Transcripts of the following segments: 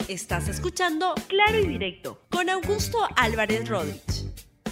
Estás escuchando Claro y Directo con Augusto Álvarez Rodríguez.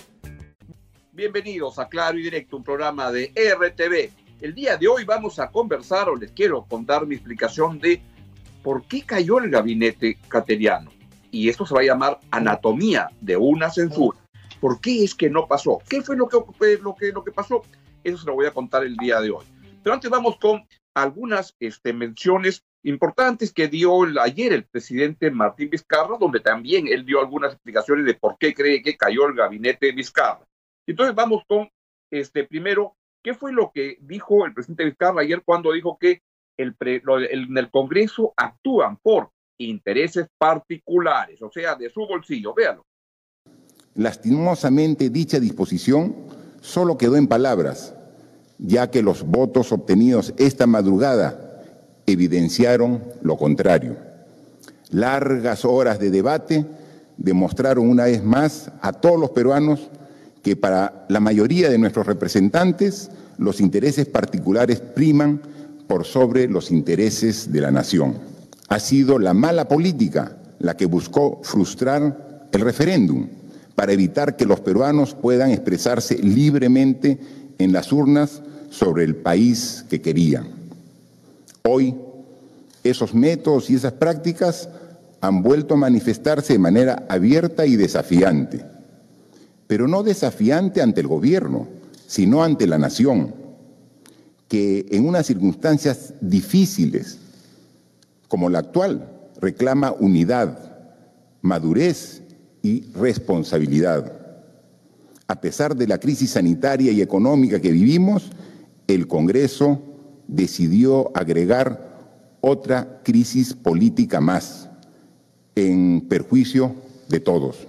Bienvenidos a Claro y Directo, un programa de RTV. El día de hoy vamos a conversar, o les quiero contar mi explicación de por qué cayó el gabinete cateriano. Y esto se va a llamar Anatomía de una censura. ¿Por qué es que no pasó? ¿Qué fue lo que pasó? Eso se lo voy a contar el día de hoy. Pero antes vamos con algunas menciones importantes que dio ayer el presidente Martín Vizcarra, donde también él dio algunas explicaciones de por qué cree que cayó el gabinete Vizcarra. Entonces vamos con, primero, ¿qué fue lo que dijo el presidente Vizcarra ayer cuando dijo que en el Congreso actúan por intereses particulares, o sea, de su bolsillo? Véanlo. Lastimosamente, dicha disposición solo quedó en palabras, ya que los votos obtenidos esta madrugada evidenciaron lo contrario. Largas horas de debate demostraron una vez más a todos los peruanos que para la mayoría de nuestros representantes los intereses particulares priman por sobre los intereses de la nación. Ha sido la mala política la que buscó frustrar el referéndum para evitar que los peruanos puedan expresarse libremente en las urnas sobre el país que querían. Hoy, esos métodos y esas prácticas han vuelto a manifestarse de manera abierta y desafiante, pero no desafiante ante el gobierno, sino ante la nación, que en unas circunstancias difíciles como la actual reclama unidad, madurez y responsabilidad. A pesar de la crisis sanitaria y económica que vivimos, el Congreso decidió agregar otra crisis política más, en perjuicio de todos.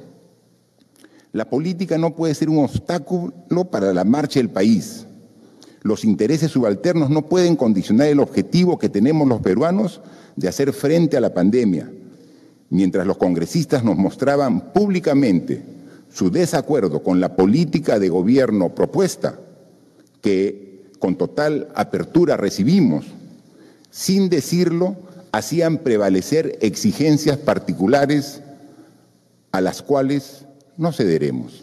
La política no puede ser un obstáculo para la marcha del país. Los intereses subalternos no pueden condicionar el objetivo que tenemos los peruanos de hacer frente a la pandemia. Mientras los congresistas nos mostraban públicamente su desacuerdo con la política de gobierno propuesta, que con total apertura recibimos, sin decirlo, hacían prevalecer exigencias particulares a las cuales no cederemos.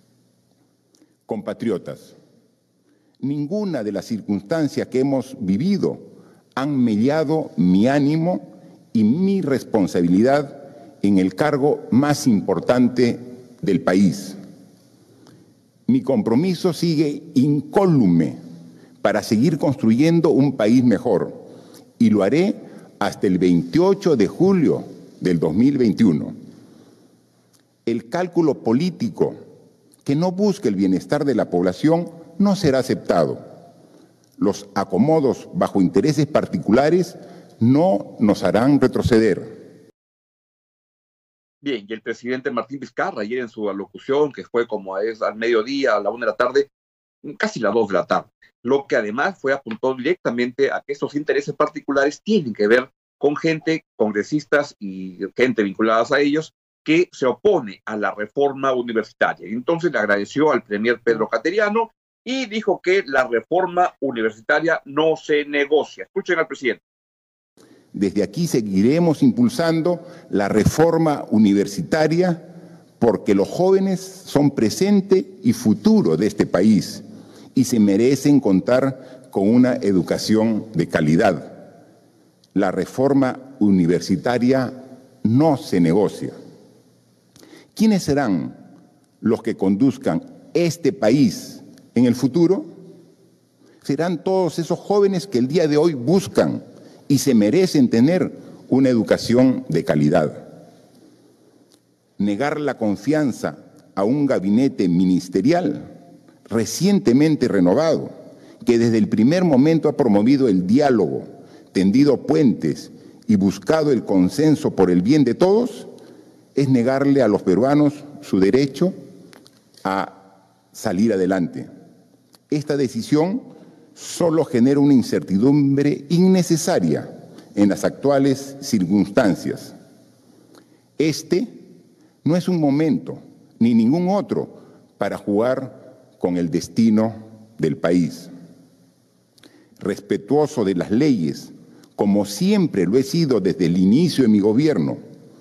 Compatriotas, ninguna de las circunstancias que hemos vivido han mellado mi ánimo y mi responsabilidad en el cargo más importante del país. Mi compromiso sigue incólume para seguir construyendo un país mejor, y lo haré hasta el 28 de julio del 2021. El cálculo político que no busque el bienestar de la población no será aceptado. Los acomodos bajo intereses particulares no nos harán retroceder. Bien, y el presidente Martín Vizcarra ayer en su alocución, que fue como es al mediodía, a la 1 de la tarde, casi las 2 de la tarde, lo que además apuntó directamente a que esos intereses particulares tienen que ver con gente, congresistas y gente vinculadas a ellos, que se opone a la reforma universitaria. Entonces le agradeció al premier Pedro Cateriano y dijo que la reforma universitaria no se negocia. Escuchen al presidente. Desde aquí seguiremos impulsando la reforma universitaria porque los jóvenes son presente y futuro de este país y se merecen contar con una educación de calidad. La reforma universitaria no se negocia. ¿Quiénes serán los que conduzcan este país en el futuro? Serán todos esos jóvenes que el día de hoy buscan y se merecen tener una educación de calidad. Negar la confianza a un gabinete ministerial recientemente renovado, que desde el primer momento ha promovido el diálogo, tendido puentes y buscado el consenso por el bien de todos, es negarle a los peruanos su derecho a salir adelante. Esta decisión solo genera una incertidumbre innecesaria en las actuales circunstancias. Este no es un momento, ni ningún otro, para jugar con el destino del país. Respetuoso de las leyes, como siempre lo he sido desde el inicio de mi gobierno,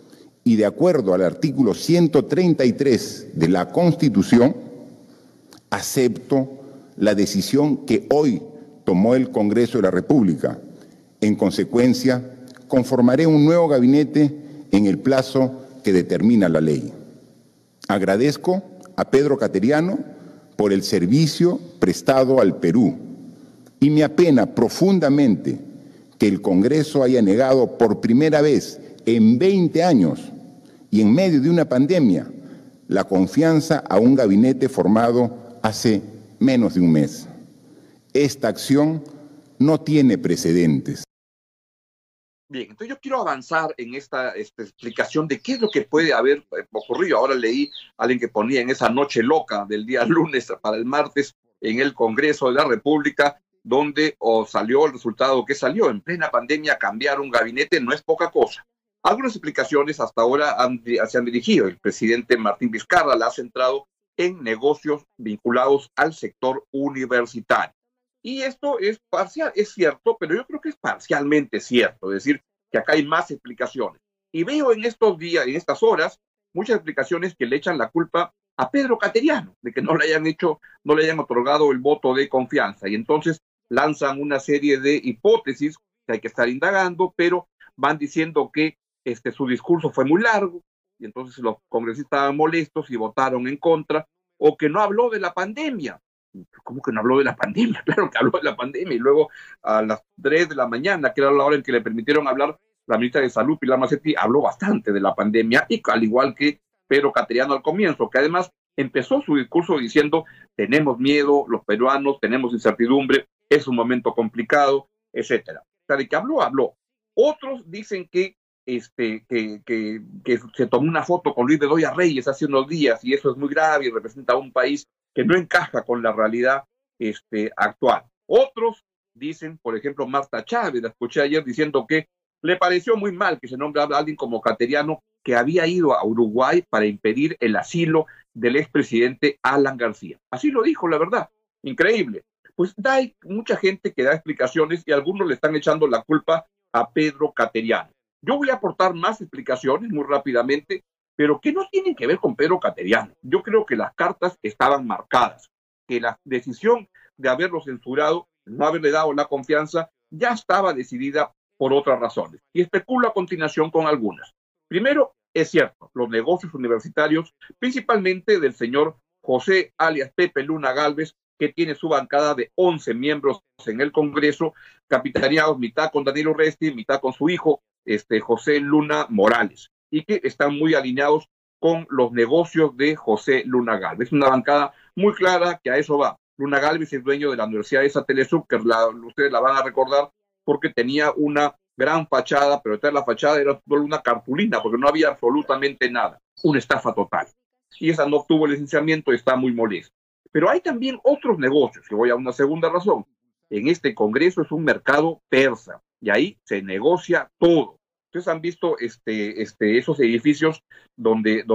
y de acuerdo al artículo 133 de la Constitución, acepto la decisión que hoy tomó el Congreso de la República. En consecuencia, conformaré un nuevo gabinete en el plazo que determina la ley. Agradezco a Pedro Cateriano por el servicio prestado al Perú y me apena profundamente que el Congreso haya negado por primera vez en 20 años y en medio de una pandemia la confianza a un gabinete formado hace menos de un mes. Esta acción no tiene precedentes. Bien, entonces yo quiero avanzar en esta explicación de qué es lo que puede haber ocurrido. Ahora leí a alguien que ponía en esa noche loca del día lunes para el martes en el Congreso de la República, donde salió el resultado que salió. En plena pandemia, cambiar un gabinete no es poca cosa. Algunas explicaciones hasta ahora se han dirigido. El presidente Martín Vizcarra la ha centrado en negocios vinculados al sector universitario. Y esto es parcial, es cierto, pero yo creo que es parcialmente cierto, es decir, que acá hay más explicaciones. Y veo en estos días, en estas horas, muchas explicaciones que le echan la culpa a Pedro Cateriano, de que no le hayan otorgado el voto de confianza. Y entonces lanzan una serie de hipótesis que hay que estar indagando, pero van diciendo que su discurso fue muy largo, y entonces los congresistas estaban molestos y votaron en contra, o que no habló de la pandemia. ¿Cómo que no habló de la pandemia? Claro que habló de la pandemia, y luego a las 3 de la mañana, que era la hora en que le permitieron hablar, la ministra de Salud, Pilar Macetti, habló bastante de la pandemia, y al igual que Pedro Cateriano al comienzo, que además empezó su discurso diciendo: tenemos miedo, los peruanos, tenemos incertidumbre, es un momento complicado, etcétera. O sea, de que habló. Otros dicen que se tomó una foto con Luis Bedoya Reyes hace unos días, y eso es muy grave y representa a un país que no encaja con la realidad actual. Otros dicen, por ejemplo, Marta Chávez, la escuché ayer diciendo que le pareció muy mal que se nombre a alguien como Cateriano, que había ido a Uruguay para impedir el asilo del expresidente Alan García. Así lo dijo, la verdad. Increíble. Pues hay mucha gente que da explicaciones y algunos le están echando la culpa a Pedro Cateriano. Yo voy a aportar más explicaciones muy rápidamente, pero que no tienen que ver con Pedro Cateriano. Yo creo que las cartas estaban marcadas, que la decisión de haberlo censurado, no haberle dado la confianza, ya estaba decidida por otras razones. Y especulo a continuación con algunas. Primero, es cierto, los negocios universitarios, principalmente del señor José alias Pepe Luna Gálvez, que tiene su bancada de 11 miembros en el Congreso, capitaneados mitad con Danilo Urresti, mitad con su hijo, José Luna Morales, y que están muy alineados con los negocios de José Luna Gálvez. Es una bancada muy clara que a eso va. Luna Gálvez es dueño de la Universidad de Telesub, que ustedes la van a recordar porque tenía una gran fachada, pero detrás de la fachada era solo una cartulina, porque no había absolutamente nada. Una estafa total. Y esa no obtuvo licenciamiento y está muy molesta. Pero hay también otros negocios, que voy a una segunda razón. En este Congreso es un mercado persa, y ahí se negocia todo. Ustedes han visto esos edificios donde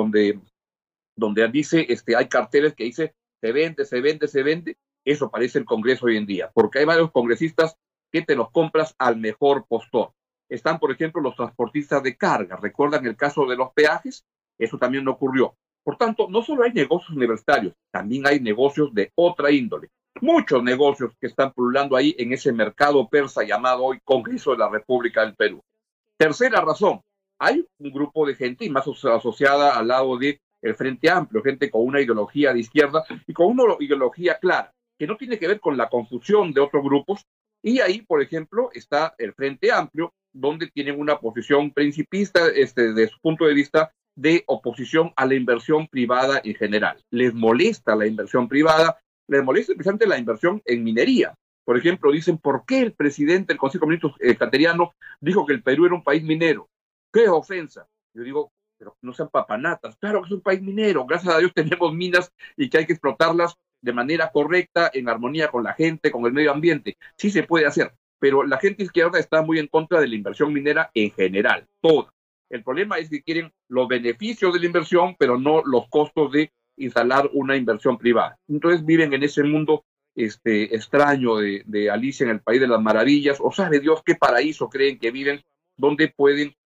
dice, hay carteles que dice se vende, se vende, se vende. Eso parece el Congreso hoy en día, porque hay varios congresistas que te los compras al mejor postor. Están, por ejemplo, los transportistas de carga. ¿Recuerdan el caso de los peajes? Eso también no ocurrió. Por tanto, no solo hay negocios universitarios, también hay negocios de otra índole. Muchos negocios que están pululando ahí en ese mercado persa llamado hoy Congreso de la República del Perú. Tercera razón, hay un grupo de gente, y más asociada al lado del Frente Amplio, gente con una ideología de izquierda y con una ideología clara, que no tiene que ver con la confusión de otros grupos. Y ahí, por ejemplo, está el Frente Amplio, donde tienen una posición principista desde su punto de vista de oposición a la inversión privada en general. Les molesta la inversión privada, les molesta especialmente la inversión en minería. Por ejemplo, dicen, ¿por qué el presidente del Consejo de Ministros Cateriano dijo que el Perú era un país minero? ¡Qué ofensa! Yo digo, pero no sean papanatas. Claro que es un país minero. Gracias a Dios tenemos minas y que hay que explotarlas de manera correcta, en armonía con la gente, con el medio ambiente. Sí se puede hacer, pero la gente izquierda está muy en contra de la inversión minera en general, toda. El problema es que quieren los beneficios de la inversión, pero no los costos de instalar una inversión privada. Entonces viven en ese mundo extraño de Alicia en el País de las Maravillas, o sabe Dios qué paraíso creen que viven, donde pueden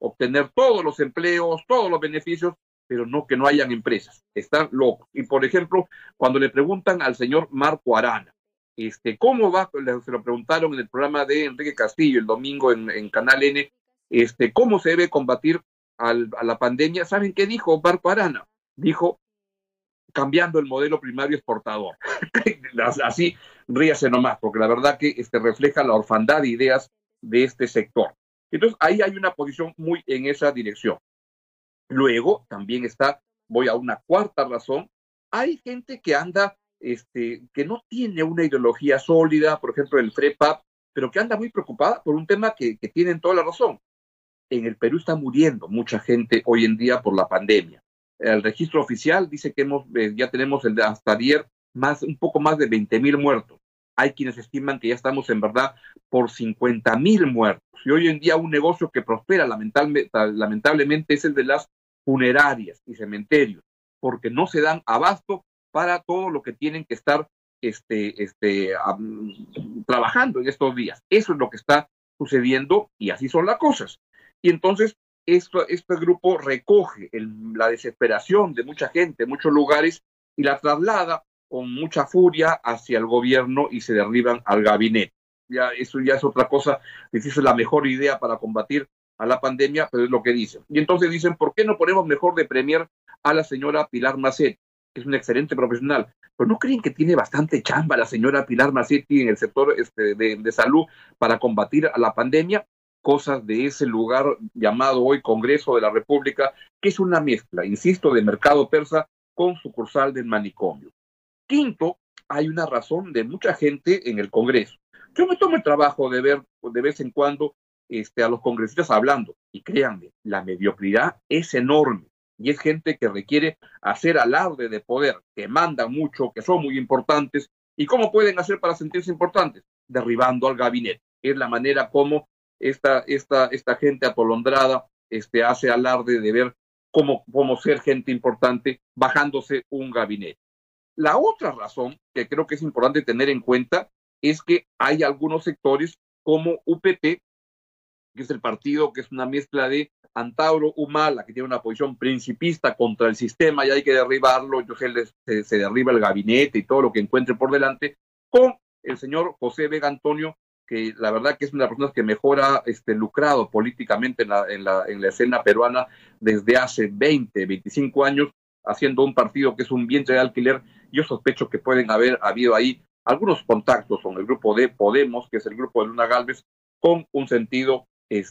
obtener todos los empleos, todos los beneficios, pero no que no hayan empresas. Están locos. Y, por ejemplo, cuando le preguntan al señor Marco Arana, ¿cómo va? Se lo preguntaron en el programa de Enrique Castillo el domingo en Canal N, ¿cómo se debe combatir a la pandemia? ¿Saben qué dijo Marco Arana? Dijo, cambiando el modelo primario exportador. Así, ríase nomás, porque la verdad que refleja la orfandad de ideas de este sector. Entonces, ahí hay una posición muy en esa dirección. Luego, también voy a una cuarta razón, hay gente que anda, que no tiene una ideología sólida, por ejemplo, el FREPAP, pero que anda muy preocupada por un tema que tienen toda la razón. En el Perú está muriendo mucha gente hoy en día por la pandemia. El registro oficial dice que ya tenemos hasta ayer un poco más de 20,000 muertos. Hay quienes estiman que ya estamos en verdad por 50,000 muertos. Y hoy en día un negocio que prospera lamentablemente es el de las funerarias y cementerios, porque no se dan abasto para todo lo que tienen que estar trabajando en estos días. Eso es lo que está sucediendo y así son las cosas. Y entonces este grupo recoge la desesperación de mucha gente en muchos lugares y la traslada con mucha furia hacia el gobierno y se derriban al gabinete. Eso ya es otra cosa, esa es la mejor idea para combatir a la pandemia, pero es lo que dicen. Y entonces dicen, ¿por qué no ponemos mejor de premier a la señora Pilar Macetti, que es una excelente profesional? Pero ¿no creen que tiene bastante chamba la señora Pilar Macetti en el sector de salud para combatir a la pandemia? Cosas de ese lugar llamado hoy Congreso de la República, que es una mezcla, insisto, de mercado persa con sucursal del manicomio. Quinto, hay una razón de mucha gente en el Congreso. Yo me tomo el trabajo de ver de vez en cuando a los congresistas hablando, y créanme, la mediocridad es enorme, y es gente que requiere hacer alarde de poder, que mandan mucho, que son muy importantes. ¿Y cómo pueden hacer para sentirse importantes? Derribando al gabinete. Es la manera como esta gente atolondrada hace alarde de ver cómo ser gente importante bajándose un gabinete. La otra razón que creo que es importante tener en cuenta es que hay algunos sectores como UPP, que es el partido que es una mezcla de Antauro, Humala, que tiene una posición principista contra el sistema y hay que derribarlo, entonces se derriba el gabinete y todo lo que encuentre por delante, con el señor José Vega Antonio, que la verdad que es una de las personas que mejor ha lucrado políticamente en la escena peruana desde hace 20, 25 años, haciendo un partido que es un vientre de alquiler. Yo sospecho que pueden haber habido ahí algunos contactos con el grupo de Podemos, que es el grupo de Luna Gálvez, con un sentido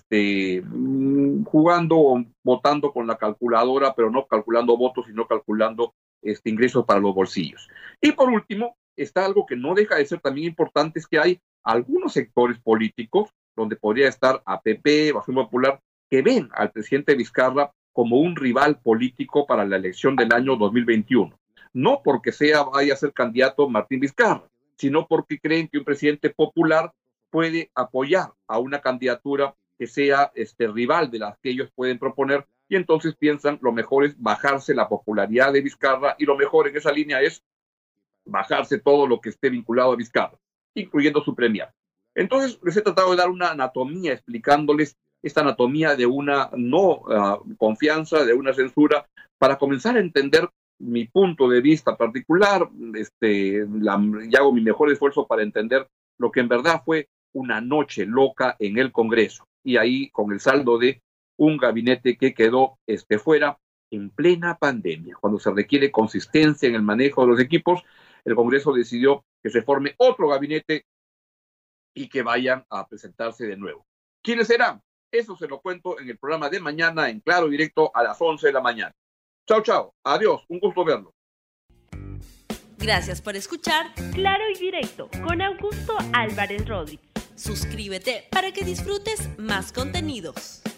jugando o votando con la calculadora, pero no calculando votos, sino calculando ingresos para los bolsillos. Y por último, está algo que no deja de ser también importante, es que hay algunos sectores políticos, donde podría estar APP o Acción Popular, que ven al presidente Vizcarra como un rival político para la elección del año 2021. No porque vaya a ser candidato Martín Vizcarra, sino porque creen que un presidente popular puede apoyar a una candidatura que sea rival de las que ellos pueden proponer, y entonces piensan lo mejor es bajarse la popularidad de Vizcarra, y lo mejor en esa línea es bajarse todo lo que esté vinculado a Vizcarra, incluyendo su premier. Entonces les he tratado de dar una anatomía, explicándoles esta anatomía de una no confianza, de una censura, para comenzar a entender mi punto de vista particular, y hago mi mejor esfuerzo para entender lo que en verdad fue una noche loca en el Congreso, y ahí con el saldo de un gabinete que quedó fuera en plena pandemia. Cuando se requiere consistencia en el manejo de los equipos, el Congreso decidió que se forme otro gabinete y que vayan a presentarse de nuevo. ¿Quiénes serán? Eso se lo cuento en el programa de mañana en Claro Directo a las 11 de la mañana. Chao, chao. Adiós. Un gusto verlo. Gracias por escuchar Claro y Directo con Augusto Álvarez Rodríguez. Suscríbete para que disfrutes más contenidos.